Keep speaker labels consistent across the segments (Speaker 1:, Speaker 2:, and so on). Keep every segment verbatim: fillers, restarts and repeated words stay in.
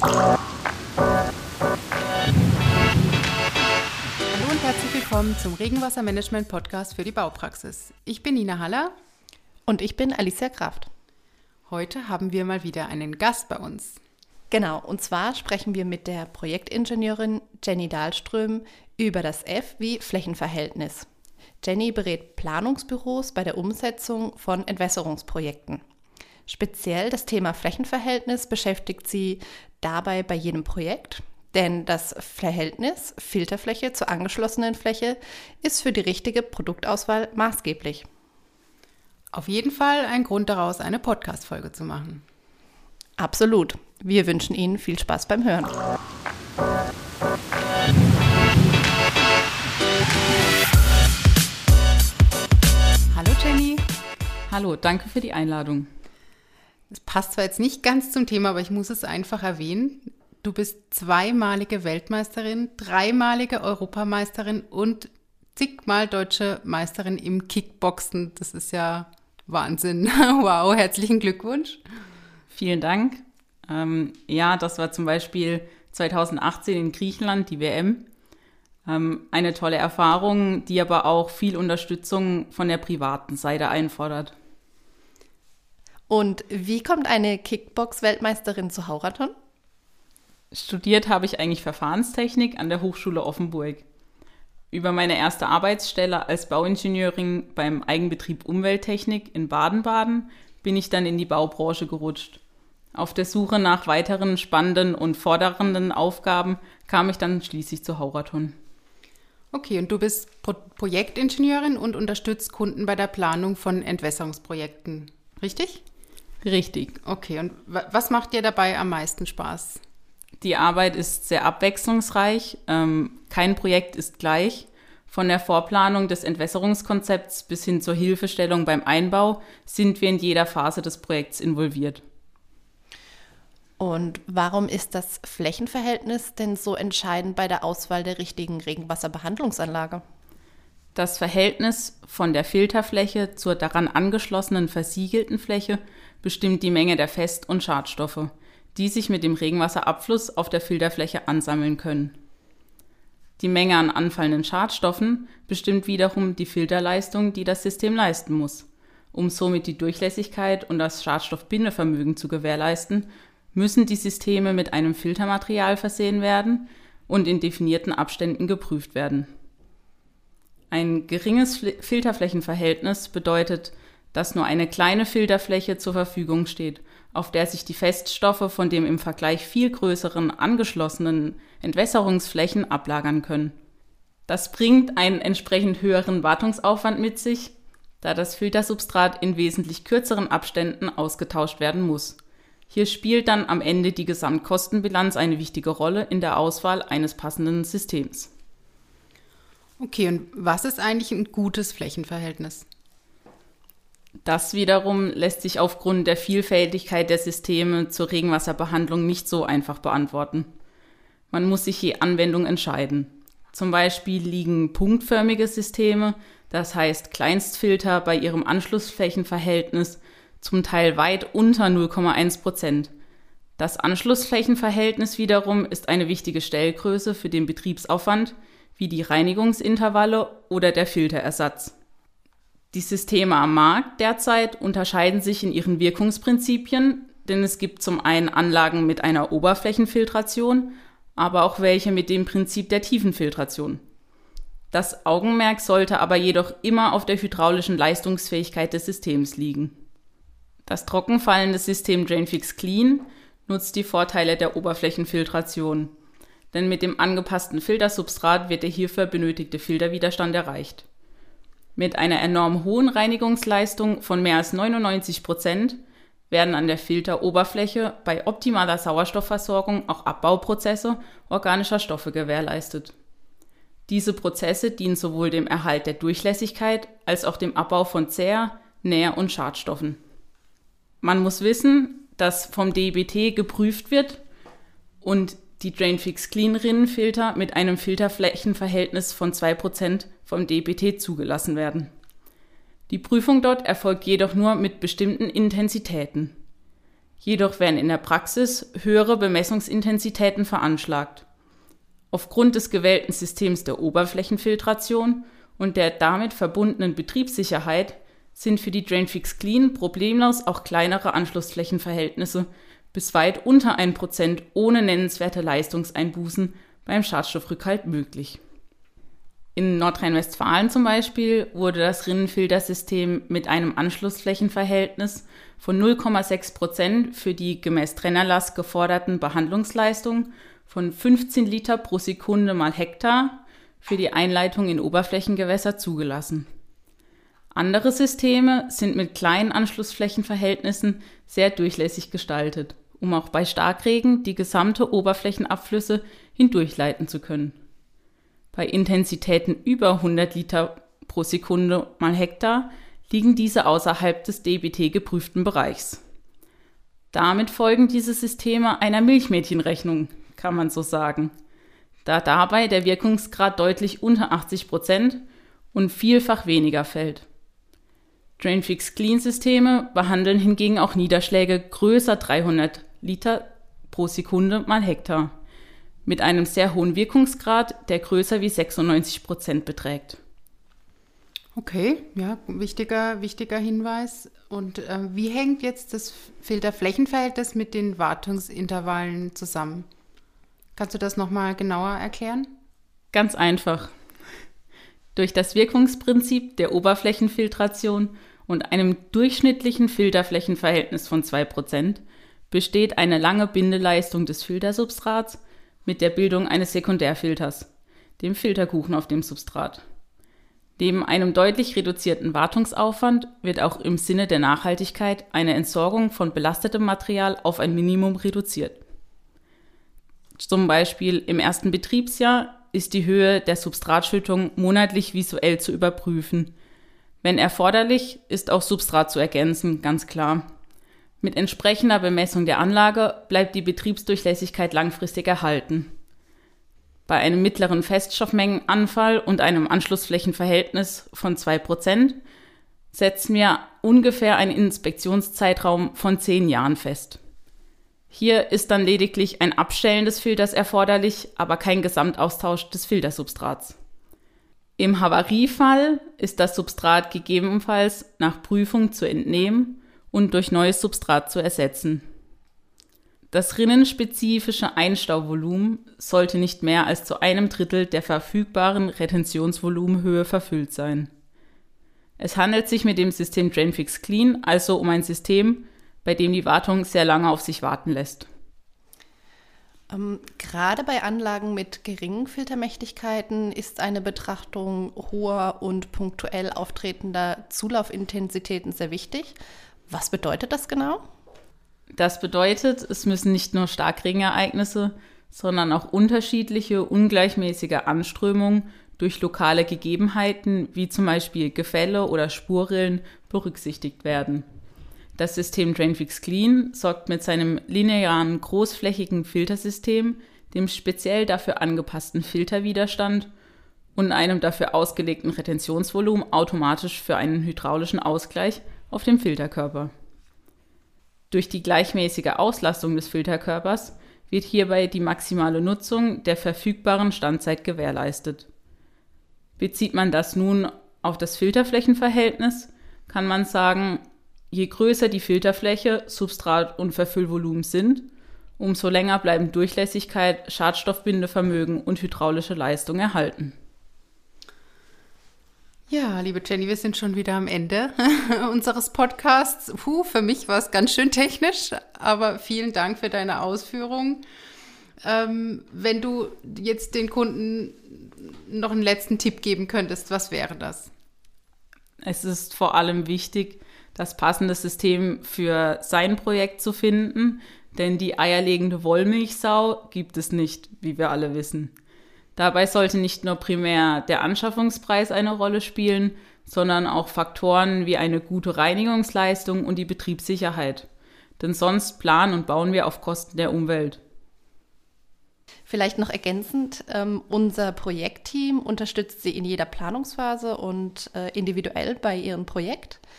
Speaker 1: Hallo und herzlich willkommen zum Regenwassermanagement-Podcast für die Baupraxis. Ich bin Nina Haller.
Speaker 2: Und ich bin Alicia Kraft.
Speaker 1: Heute haben wir mal wieder einen Gast bei uns.
Speaker 2: Genau, und zwar sprechen wir mit der Projektingenieurin Jenny Dahlström über das F wie Flächenverhältnis. Jenny berät Planungsbüros bei der Umsetzung von Entwässerungsprojekten. Speziell das Thema Flächenverhältnis beschäftigt sie dabei bei jedem Projekt, denn das Verhältnis Filterfläche zur angeschlossenen Fläche ist für die richtige Produktauswahl maßgeblich.
Speaker 1: Auf jeden Fall ein Grund daraus, eine Podcast-Folge zu machen.
Speaker 2: Absolut. Wir wünschen Ihnen viel Spaß beim Hören.
Speaker 1: Hallo Jenny.
Speaker 3: Hallo, danke für die Einladung.
Speaker 1: Es passt zwar jetzt nicht ganz zum Thema, aber ich muss es einfach erwähnen. Du bist zweimalige Weltmeisterin, dreimalige Europameisterin und zigmal deutsche Meisterin im Kickboxen. Das ist ja Wahnsinn. Wow, herzlichen Glückwunsch.
Speaker 3: Vielen Dank. Ähm, ja, das war zum Beispiel zweitausendachtzehn in Griechenland, die W M. Ähm, eine tolle Erfahrung, die aber auch viel Unterstützung von der privaten Seite einfordert.
Speaker 2: Und wie kommt eine Kickbox-Weltmeisterin zu Haurathon?
Speaker 3: Studiert habe ich eigentlich Verfahrenstechnik an der Hochschule Offenburg. Über meine erste Arbeitsstelle als Bauingenieurin beim Eigenbetrieb Umwelttechnik in Baden-Baden bin ich dann in die Baubranche gerutscht. Auf der Suche nach weiteren spannenden und fordernden Aufgaben kam ich dann schließlich zu Haurathon.
Speaker 1: Okay, und du bist Pro- Projektingenieurin und unterstützt Kunden bei der Planung von Entwässerungsprojekten, richtig?
Speaker 3: Richtig.
Speaker 1: Okay, und w- was macht dir dabei am meisten Spaß?
Speaker 3: Die Arbeit ist sehr abwechslungsreich. Ähm, kein Projekt ist gleich. Von der Vorplanung des Entwässerungskonzepts bis hin zur Hilfestellung beim Einbau sind wir in jeder Phase des Projekts involviert.
Speaker 2: Und warum ist das Flächenverhältnis denn so entscheidend bei der Auswahl der richtigen Regenwasserbehandlungsanlage?
Speaker 3: Das Verhältnis von der Filterfläche zur daran angeschlossenen versiegelten Fläche bestimmt die Menge der Fest- und Schadstoffe, die sich mit dem Regenwasserabfluss auf der Filterfläche ansammeln können. Die Menge an anfallenden Schadstoffen bestimmt wiederum die Filterleistung, die das System leisten muss. Um somit die Durchlässigkeit und das Schadstoffbindevermögen zu gewährleisten, müssen die Systeme mit einem Filtermaterial versehen werden und in definierten Abständen geprüft werden. Ein geringes Filterflächenverhältnis bedeutet, dass nur eine kleine Filterfläche zur Verfügung steht, auf der sich die Feststoffe von dem im Vergleich viel größeren angeschlossenen Entwässerungsflächen ablagern können. Das bringt einen entsprechend höheren Wartungsaufwand mit sich, da das Filtersubstrat in wesentlich kürzeren Abständen ausgetauscht werden muss. Hier spielt dann am Ende die Gesamtkostenbilanz eine wichtige Rolle in der Auswahl eines passenden Systems.
Speaker 1: Okay, und was ist eigentlich ein gutes Flächenverhältnis?
Speaker 3: Das wiederum lässt sich aufgrund der Vielfältigkeit der Systeme zur Regenwasserbehandlung nicht so einfach beantworten. Man muss sich je Anwendung entscheiden. Zum Beispiel liegen punktförmige Systeme, das heißt Kleinstfilter, bei ihrem Anschlussflächenverhältnis zum Teil weit unter null Komma eins Prozent. Das Anschlussflächenverhältnis wiederum ist eine wichtige Stellgröße für den Betriebsaufwand, wie die Reinigungsintervalle oder der Filterersatz. Die Systeme am Markt derzeit unterscheiden sich in ihren Wirkungsprinzipien, denn es gibt zum einen Anlagen mit einer Oberflächenfiltration, aber auch welche mit dem Prinzip der Tiefenfiltration. Das Augenmerk sollte aber jedoch immer auf der hydraulischen Leistungsfähigkeit des Systems liegen. Das trockenfallende System Drainfix Clean nutzt die Vorteile der Oberflächenfiltration, denn mit dem angepassten Filtersubstrat wird der hierfür benötigte Filterwiderstand erreicht. Mit einer enorm hohen Reinigungsleistung von mehr als neunundneunzig Prozent werden an der Filteroberfläche bei optimaler Sauerstoffversorgung auch Abbauprozesse organischer Stoffe gewährleistet. Diese Prozesse dienen sowohl dem Erhalt der Durchlässigkeit als auch dem Abbau von Zehr-, Nähr- und Schadstoffen. Man muss wissen, dass vom D E B T geprüft wird und die Drainfix Clean Rinnenfilter mit einem Filterflächenverhältnis von zwei Prozent vom D E B T zugelassen werden. Die Prüfung dort erfolgt jedoch nur mit bestimmten Intensitäten. Jedoch werden in der Praxis höhere Bemessungsintensitäten veranschlagt. Aufgrund des gewählten Systems der Oberflächenfiltration und der damit verbundenen Betriebssicherheit sind für die Drainfix Clean problemlos auch kleinere Anschlussflächenverhältnisse bis weit unter ein Prozent ohne nennenswerte Leistungseinbußen beim Schadstoffrückhalt möglich. In Nordrhein-Westfalen zum Beispiel wurde das Rinnenfiltersystem mit einem Anschlussflächenverhältnis von null Komma sechs Prozent für die gemäß Trennerlast geforderten Behandlungsleistungen von fünfzehn Liter pro Sekunde mal Hektar für die Einleitung in Oberflächengewässer zugelassen. Andere Systeme sind mit kleinen Anschlussflächenverhältnissen sehr durchlässig gestaltet, um auch bei Starkregen die gesamte Oberflächenabflüsse hindurchleiten zu können. Bei Intensitäten über hundert Liter pro Sekunde mal Hektar liegen diese außerhalb des D B T-geprüften Bereichs. Damit folgen diese Systeme einer Milchmädchenrechnung, kann man so sagen, da dabei der Wirkungsgrad deutlich unter achtzig Prozent und vielfach weniger fällt. Drainfix Clean-Systeme behandeln hingegen auch Niederschläge größer dreihundert Liter pro Sekunde mal Hektar, mit einem sehr hohen Wirkungsgrad, der größer wie sechsundneunzig Prozent beträgt.
Speaker 1: Okay, ja, wichtiger, wichtiger Hinweis. Und äh, wie hängt jetzt das Filterflächenverhältnis mit den Wartungsintervallen zusammen? Kannst du das nochmal genauer erklären?
Speaker 3: Ganz einfach. Durch das Wirkungsprinzip der Oberflächenfiltration und einem durchschnittlichen Filterflächenverhältnis von zwei Prozent besteht eine lange Bindeleistung des Filtersubstrats mit der Bildung eines Sekundärfilters, dem Filterkuchen auf dem Substrat. Neben einem deutlich reduzierten Wartungsaufwand wird auch im Sinne der Nachhaltigkeit eine Entsorgung von belastetem Material auf ein Minimum reduziert. Zum Beispiel im ersten Betriebsjahr ist die Höhe der Substratschüttung monatlich visuell zu überprüfen. Wenn erforderlich, ist auch Substrat zu ergänzen, ganz klar. Mit entsprechender Bemessung der Anlage bleibt die Betriebsdurchlässigkeit langfristig erhalten. Bei einem mittleren Feststoffmengenanfall und einem Anschlussflächenverhältnis von zwei Prozent setzen wir ungefähr einen Inspektionszeitraum von zehn Jahren fest. Hier ist dann lediglich ein Abstellen des Filters erforderlich, aber kein Gesamtaustausch des Filtersubstrats. Im Havariefall ist das Substrat gegebenenfalls nach Prüfung zu entnehmen und durch neues Substrat zu ersetzen. Das rinnenspezifische Einstauvolumen sollte nicht mehr als zu einem Drittel der verfügbaren Retentionsvolumenhöhe verfüllt sein. Es handelt sich mit dem System Drainfix Clean also um ein System, bei dem die Wartung sehr lange auf sich warten lässt.
Speaker 2: Ähm, gerade bei Anlagen mit geringen Filtermächtigkeiten ist eine Betrachtung hoher und punktuell auftretender Zulaufintensitäten sehr wichtig. Was bedeutet das genau?
Speaker 3: Das bedeutet, es müssen nicht nur Starkregenereignisse, sondern auch unterschiedliche, ungleichmäßige Anströmungen durch lokale Gegebenheiten, wie zum Beispiel Gefälle oder Spurrillen, berücksichtigt werden. Das System Drainfix Clean sorgt mit seinem linearen, großflächigen Filtersystem, dem speziell dafür angepassten Filterwiderstand und einem dafür ausgelegten Retentionsvolumen automatisch für einen hydraulischen Ausgleich auf dem Filterkörper. Durch die gleichmäßige Auslastung des Filterkörpers wird hierbei die maximale Nutzung der verfügbaren Standzeit gewährleistet. Bezieht man das nun auf das Filterflächenverhältnis, kann man sagen, je größer die Filterfläche, Substrat und Verfüllvolumen sind, umso länger bleiben Durchlässigkeit, Schadstoffbindevermögen und hydraulische Leistung erhalten.
Speaker 1: Ja, liebe Jenny, wir sind schon wieder am Ende unseres Podcasts. Puh, für mich war es ganz schön technisch, aber vielen Dank für deine Ausführungen. Ähm, wenn du jetzt den Kunden noch einen letzten Tipp geben könntest, was wäre das?
Speaker 3: Es ist vor allem wichtig, das passende System für sein Projekt zu finden, denn die eierlegende Wollmilchsau gibt es nicht, wie wir alle wissen. Dabei sollte nicht nur primär der Anschaffungspreis eine Rolle spielen, sondern auch Faktoren wie eine gute Reinigungsleistung und die Betriebssicherheit. Denn sonst planen und bauen wir auf Kosten der Umwelt.
Speaker 2: Vielleicht noch ergänzend, ähm, unser Projektteam unterstützt Sie in jeder Planungsphase und äh, individuell bei Ihrem Projekt.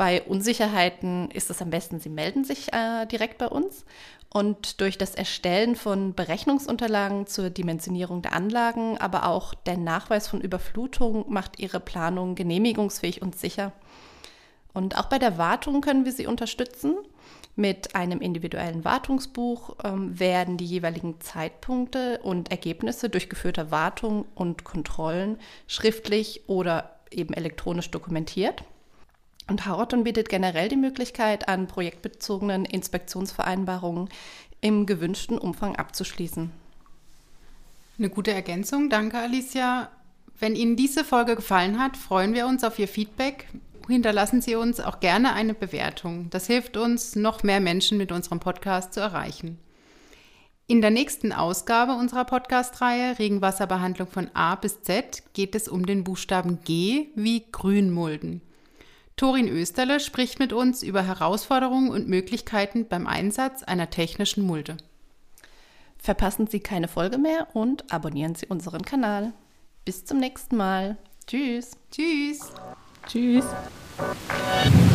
Speaker 2: Bei Unsicherheiten ist es am besten, Sie melden sich äh, direkt bei uns. Und durch das Erstellen von Berechnungsunterlagen zur Dimensionierung der Anlagen, aber auch der Nachweis von Überflutung macht Ihre Planung genehmigungsfähig und sicher. Und auch bei der Wartung können wir Sie unterstützen. Mit einem individuellen Wartungsbuch ähm, werden die jeweiligen Zeitpunkte und Ergebnisse durchgeführter Wartung und Kontrollen schriftlich oder eben elektronisch dokumentiert. Und Hauerton bietet generell die Möglichkeit, an projektbezogenen Inspektionsvereinbarungen im gewünschten Umfang abzuschließen.
Speaker 1: Eine gute Ergänzung, danke Alicia. Wenn Ihnen diese Folge gefallen hat, freuen wir uns auf Ihr Feedback. Hinterlassen Sie uns auch gerne eine Bewertung. Das hilft uns, noch mehr Menschen mit unserem Podcast zu erreichen. In der nächsten Ausgabe unserer Podcast-Reihe Regenwasserbehandlung von A bis Z geht es um den Buchstaben G wie Grünmulden. Torin Österle spricht mit uns über Herausforderungen und Möglichkeiten beim Einsatz einer technischen Mulde.
Speaker 2: Verpassen Sie keine Folge mehr und abonnieren Sie unseren Kanal. Bis zum nächsten Mal. Tschüss.
Speaker 1: Tschüss.
Speaker 3: Tschüss.